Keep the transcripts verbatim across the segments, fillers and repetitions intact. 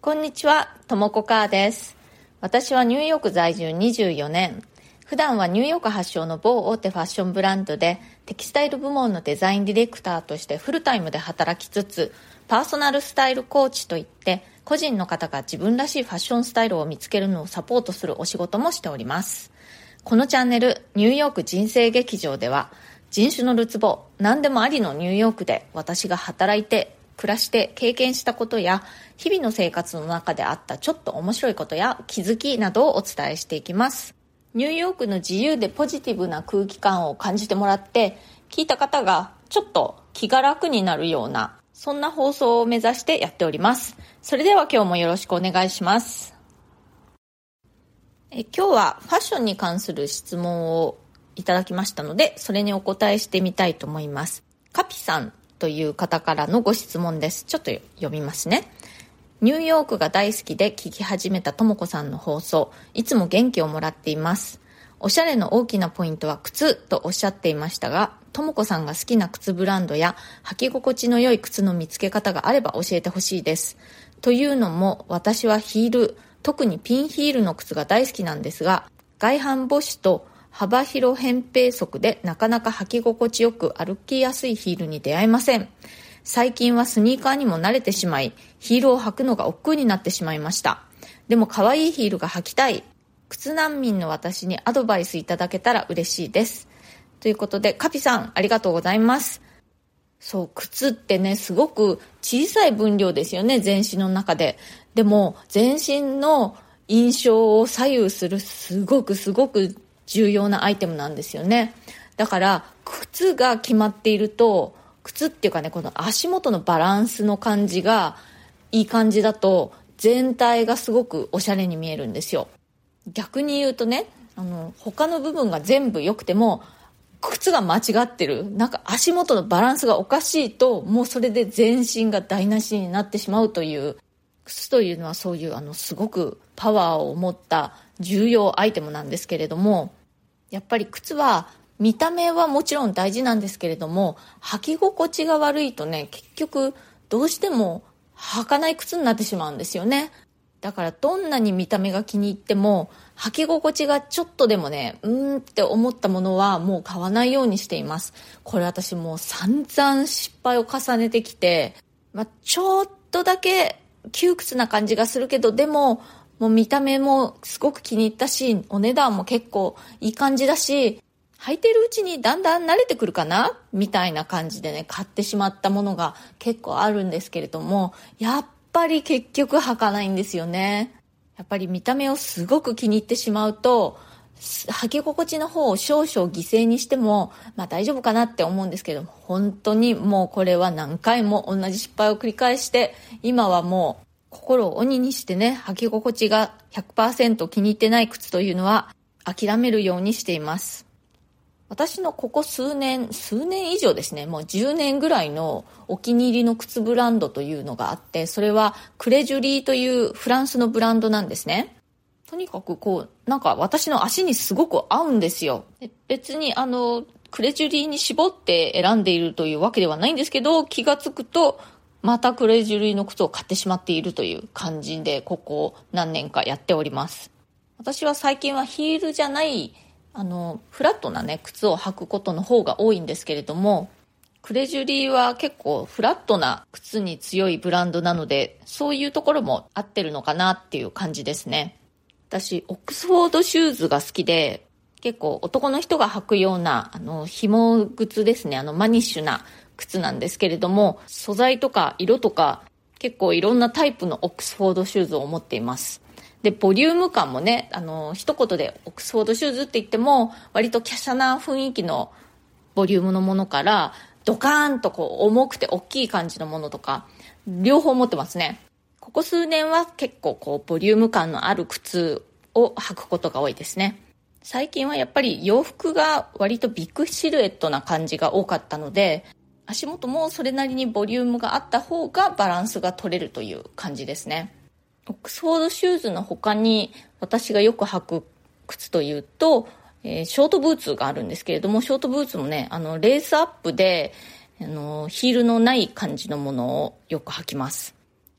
こんにちは、ともこかーです。私はニューヨーク在住にじゅうよねん。普段はニューヨーク発祥の某大手ファッションブランドでテキスタイル部門のデザインディレクターとしてフルタイムで働きつつ、パーソナルスタイルコーチといって個人の方が自分らしいファッションスタイルを見つけるのをサポートするお仕事もしております。このチャンネルニューヨーク人生劇場では、人種のるつぼ、何でもありのニューヨークで私が働いて暮らして経験したことや日々の生活の中であったちょっと面白いことや気づきなどをお伝えしていきます。ニューヨークの自由でポジティブな空気感を感じてもらって、聞いた方がちょっと気が楽になるような、そんな放送を目指してやっております。それでは今日もよろしくお願いします。え今日はファッションに関する質問をいただきましたので、それにお答えしてみたいと思います。カピさんという方からのご質問です。ちょっと読みますね。ニューヨークが大好きで聞き始めたともこさんの放送、いつも元気をもらっています。おしゃれの大きなポイントは靴とおっしゃっていましたが、ともこさんが好きな靴ブランドや履き心地の良い靴の見つけ方があれば教えてほしいです。というのも、私はヒール、特にピンヒールの靴が大好きなんですが、外反母趾と幅広扁平足でなかなか履き心地よく歩きやすいヒールに出会えません。最近はスニーカーにも慣れてしまい、ヒールを履くのが億劫になってしまいました。でも可愛いヒールが履きたい。靴難民の私にアドバイスいただけたら嬉しいです。ということで、カピさんありがとうございます。そう、靴ってね、すごく小さい分量ですよね、全身の中で。でも全身の印象を左右するすごくすごく重要なアイテムなんですよね。だから靴が決まっていると、靴っていうかね、この足元のバランスの感じがいい感じだと全体がすごくおしゃれに見えるんですよ。逆に言うとね、あの他の部分が全部良くても靴が間違ってる、なんか足元のバランスがおかしいと、もうそれで全身が台無しになってしまうという、靴というのはそういうあのすごくパワーを持った重要アイテムなんですけれども、やっぱり靴は見た目はもちろん大事なんですけれども、履き心地が悪いとね、結局どうしても履かない靴になってしまうんですよね。だからどんなに見た目が気に入っても、履き心地がちょっとでもね、うーんって思ったものはもう買わないようにしています。これ私もう散々失敗を重ねてきて、まあ、ちょっとだけ窮屈な感じがするけど、でももう見た目もすごく気に入ったし、お値段も結構いい感じだし、履いてるうちにだんだん慣れてくるかなみたいな感じでね、買ってしまったものが結構あるんですけれども、やっぱり結局履かないんですよね。やっぱり見た目をすごく気に入ってしまうと、履き心地の方を少々犠牲にしても、まあ大丈夫かなって思うんですけど、本当にもうこれは何回も同じ失敗を繰り返して、今はもう心を鬼にしてね、履き心地が ひゃくパーセント 気に入ってない靴というのは諦めるようにしています。私のここ数年、数年以上ですね、もうじゅうねんぐらいのお気に入りの靴ブランドというのがあって、それはクレジュリーというフランスのブランドなんですね。とにかくこう、なんか私の足にすごく合うんですよ。別にあの、クレジュリーに絞って選んでいるというわけではないんですけど、気がつくと、またクレジュリーの靴を買ってしまっているという感じで、ここ何年かやっております。私は最近はヒールじゃないあのフラットなね靴を履くことの方が多いんですけれども、クレジュリーは結構フラットな靴に強いブランドなので、そういうところも合ってるのかなっていう感じですね。私オックスフォードシューズが好きで、結構男の人が履くようなあの紐靴ですね、あのマニッシュな靴なんですけれども、素材とか色とか結構いろんなタイプのオックスフォードシューズを持っています。でボリューム感もね、あの一言でオックスフォードシューズって言っても割と華奢な雰囲気のボリュームのものから、ドカーンとこう重くて大きい感じのものとか両方持ってますね。ここ数年は結構こうボリューム感のある靴を履くことが多いですね。最近はやっぱり洋服が割とビッグシルエットな感じが多かったので、足元もそれなりにボリュームがあった方がバランスが取れるという感じですね。オックスフォードシューズの他に私がよく履く靴というと、えー、ショートブーツがあるんですけれども、ショートブーツもね、あのレースアップであのヒールのない感じのものをよく履きます。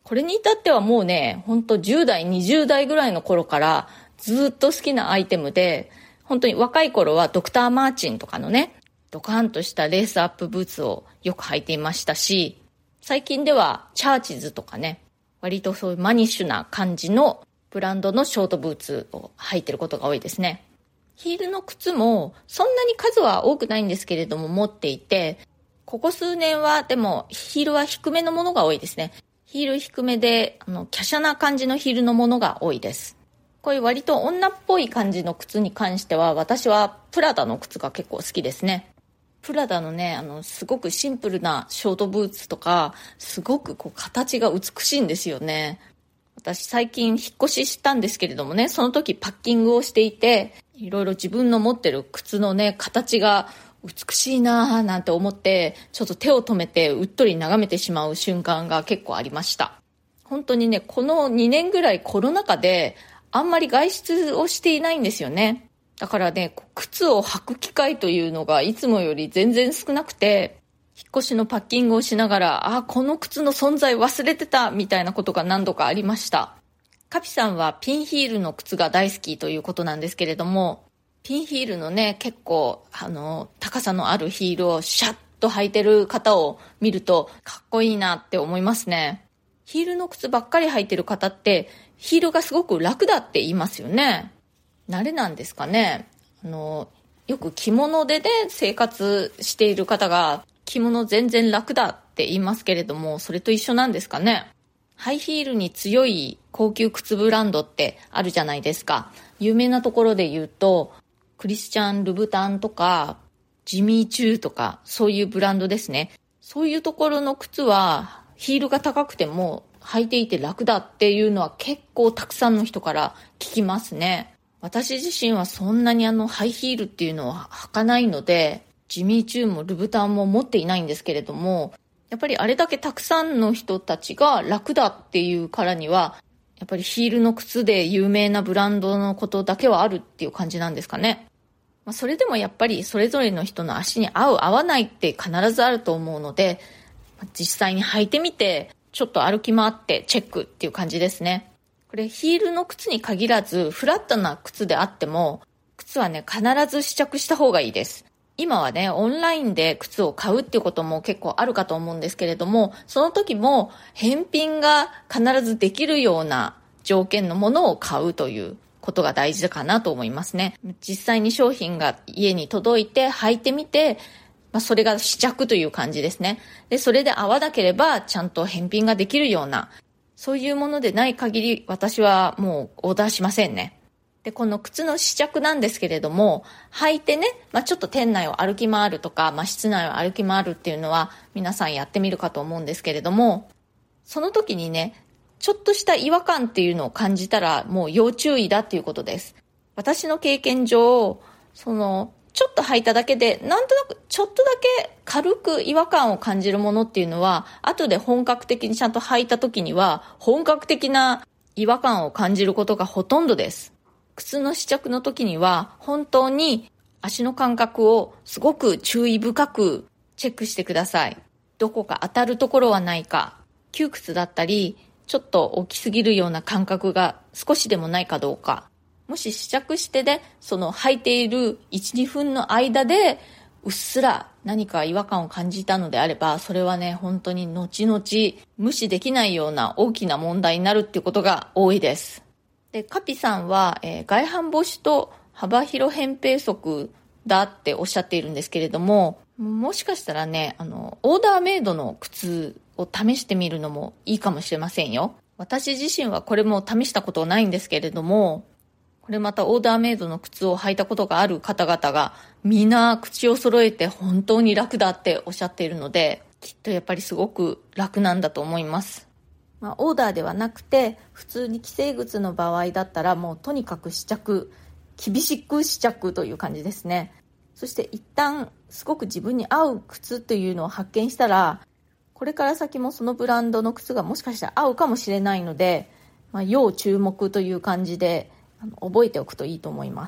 これに至ってはもうね、ほんとじゅう代、にじゅう代ぐらいの頃からずっと好きなアイテムで、本当に若い頃はドクター・マーチンとかのね、ドカンとしたレースアップブーツをよく履いていましたし、最近ではチャーチズとかね、割とそういうマニッシュな感じのブランドのショートブーツを履いてることが多いですね。ヒールの靴もそんなに数は多くないんですけれども持っていて、ここ数年はでもヒールは低めのものが多いですね。ヒール低めで、あの、華奢な感じのヒールのものが多いです。こういう割と女っぽい感じの靴に関しては、私はプラダの靴が結構好きですね。プラダのね、あの、すごくシンプルなショートブーツとか、すごくこう形が美しいんですよね。私最近引っ越ししたんですけれどもね、その時パッキングをしていて、いろいろ自分の持ってる靴のね、形が美しいなぁなんて思って、ちょっと手を止めてうっとり眺めてしまう瞬間が結構ありました。本当にね、このにねんぐらいコロナ禍であんまり外出をしていないんですよね。だからね、靴を履く機会というのがいつもより全然少なくて、引っ越しのパッキングをしながら、あ、この靴の存在忘れてたみたいなことが何度かありました。カピさんはピンヒールの靴が大好きということなんですけれども、ピンヒールのね、結構、あの、高さのあるヒールをシャッと履いてる方を見ると、かっこいいなって思いますね。ヒールの靴ばっかり履いてる方って、ヒールがすごく楽だって言いますよね。慣れなんですかね。あの、よく着物でね、生活している方が、着物全然楽だって言いますけれども、それと一緒なんですかね。ハイヒールに強い高級靴ブランドってあるじゃないですか。有名なところで言うと、クリスチャン・ルブタンとかジミー・チューとかそういうブランドですね。そういうところの靴はヒールが高くても履いていて楽だっていうのは結構たくさんの人から聞きますね。私自身はそんなにあのハイヒールっていうのは履かないので、ジミー・チューもルブタンも持っていないんですけれども、やっぱりあれだけたくさんの人たちが楽だっていうからには、やっぱりヒールの靴で有名なブランドのことだけはあるっていう感じなんですかね。まあ、それでもやっぱりそれぞれの人の足に合う合わないって必ずあると思うので、実際に履いてみてちょっと歩き回ってチェックっていう感じですね。これヒールの靴に限らずフラットな靴であっても、靴はね必ず試着した方がいいです。今はねオンラインで靴を買うっていうことも結構あるかと思うんですけれども、その時も返品が必ずできるような条件のものを買うということが大事かなと思いますね。実際に商品が家に届いて履いてみて、まあ、それが試着という感じですね。で、それで合わなければちゃんと返品ができるような、そういうものでない限り私はもうオーダーしませんね。で、この靴の試着なんですけれども、履いてね、まあ、ちょっと店内を歩き回るとか、まあ、室内を歩き回るっていうのは皆さんやってみるかと思うんですけれども、その時にね、ちょっとした違和感っていうのを感じたらもう要注意だっていうことです。私の経験上、そのちょっと履いただけでなんとなくちょっとだけ軽く違和感を感じるものっていうのは、後で本格的にちゃんと履いた時には本格的な違和感を感じることがほとんどです。靴の試着の時には本当に足の感覚をすごく注意深くチェックしてください。どこか当たるところはないか、窮屈だったりちょっと大きすぎるような感覚が少しでもないかどうか。もし試着してで、その履いているいち、にふんの間でうっすら何か違和感を感じたのであれば、それはね、本当に後々無視できないような大きな問題になるっていうことが多いです。で、カピさんは、えー、外反母趾と幅広扁平足だっておっしゃっているんですけれども、もしかしたらね、あの、オーダーメイドの靴を試してみるのもいいかもしれませんよ。私自身はこれも試したことないんですけれども、これまたオーダーメイドの靴を履いたことがある方々がみんな口を揃えて本当に楽だっておっしゃっているので、きっとやっぱりすごく楽なんだと思います。まあ、オーダーではなくて普通に既製靴の場合だったらもうとにかく試着、厳しく試着という感じですね。そして一旦すごく自分に合う靴というのを発見したら、これから先もそのブランドの靴がもしかしたら合うかもしれないので、まあ、要注目という感じであの覚えておくといいと思います。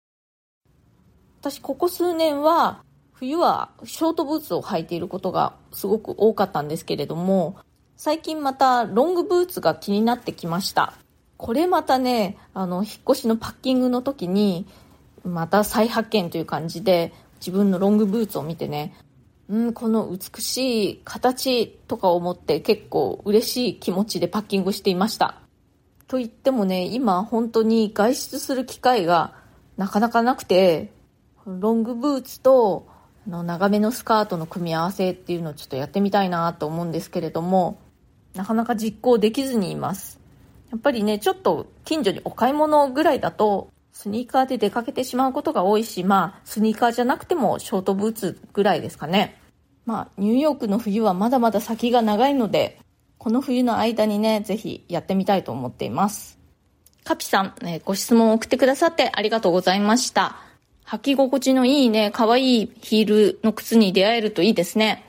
私ここ数年は冬はショートブーツを履いていることがすごく多かったんですけれども、 最近またロングブーツが気になってきました。これまたね、あの引っ越しのパッキングの時にまた再発見という感じで、自分のロングブーツを見てね、うんこの美しい形とか思って結構嬉しい気持ちでパッキングしていました。と言ってもね、今本当に外出する機会がなかなかなくて、ロングブーツとあの長めのスカートの組み合わせっていうのをちょっとやってみたいなと思うんですけれども、なかなか実行できずにいます。やっぱりね、ちょっと近所にお買い物ぐらいだとスニーカーで出かけてしまうことが多いし、まあスニーカーじゃなくてもショートブーツぐらいですかね。まあニューヨークの冬はまだまだ先が長いので、この冬の間にね、ぜひやってみたいと思っています。カピさん、えー、ご質問を送ってくださってありがとうございました。履き心地のいいね、可愛いヒールの靴に出会えるといいですね。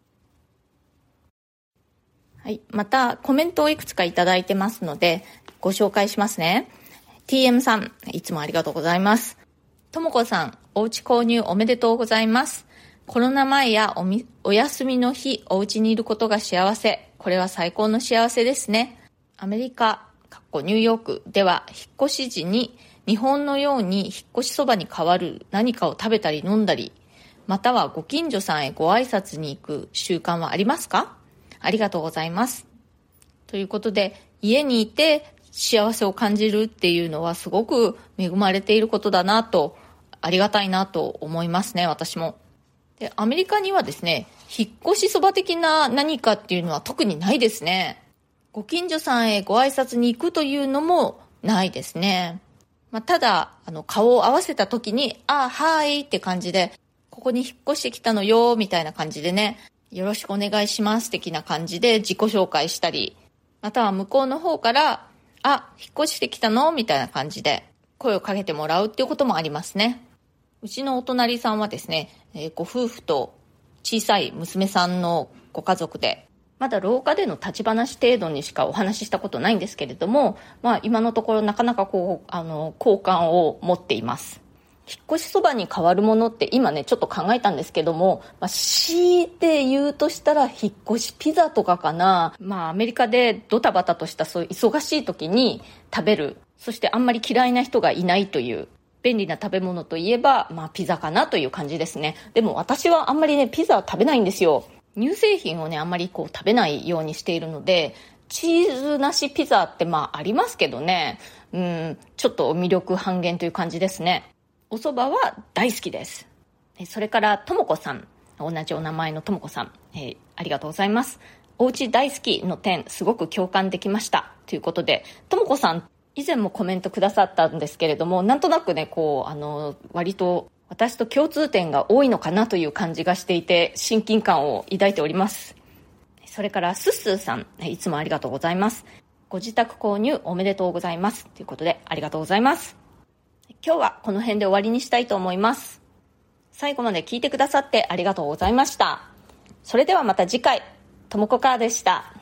はい、またコメントをいくつかいただいてますのでご紹介しますね。 ティーエム さん、いつもありがとうございます。ともこさん、おうち購入おめでとうございます。コロナ前や お, みお休みの日お家にいることが幸せ、これは最高の幸せですね。アメリカニューヨークでは引っ越し時に日本のように引っ越しそばに代わる何かを食べたり飲んだり、またはご近所さんへご挨拶に行く習慣はありますか？ありがとうございます。ということで、家にいて幸せを感じるっていうのはすごく恵まれていることだなと、ありがたいなと思いますね、私も。で、アメリカにはですね、引っ越しそば的な何かっていうのは特にないですね。ご近所さんへご挨拶に行くというのもないですね。まあ、ただあの顔を合わせた時に、あ、はいって感じで、ここに引っ越してきたのよみたいな感じでね、よろしくお願いします的な感じで自己紹介したり、または向こうの方からあ、引っ越してきたのみたいな感じで声をかけてもらうっていうこともありますね。うちのお隣さんはですね、えー、ご夫婦と小さい娘さんのご家族で、まだ廊下での立ち話程度にしかお話ししたことないんですけれども、まあ今のところなかなかこうあの好感を持っています。引っ越しそばに変わるものって今ねちょっと考えたんですけども、まあ、強いて言うとしたら引っ越しピザとかかな。まあアメリカでドタバタとしたそういう忙しい時に食べる、そしてあんまり嫌いな人がいないという便利な食べ物といえば、まあピザかなという感じですね。でも私はあんまりねピザは食べないんですよ。乳製品をねあんまりこう食べないようにしているので、チーズなしピザってまあありますけどね、うんちょっと魅力半減という感じですね。お蕎麦は大好きです。それからともこさん、同じお名前のともこさん、えー、ありがとうございます。お家大好きの点すごく共感できましたということで、ともこさん以前もコメントくださったんですけれども、なんとなくねこうあの割と私と共通点が多いのかなという感じがしていて、親近感を抱いております。それからすっすーさん、いつもありがとうございます。ご自宅購入おめでとうございますということで、ありがとうございます。今日はこの辺で終わりにしたいと思います。最後まで聞いてくださってありがとうございました。それではまた次回、ともこかーでした。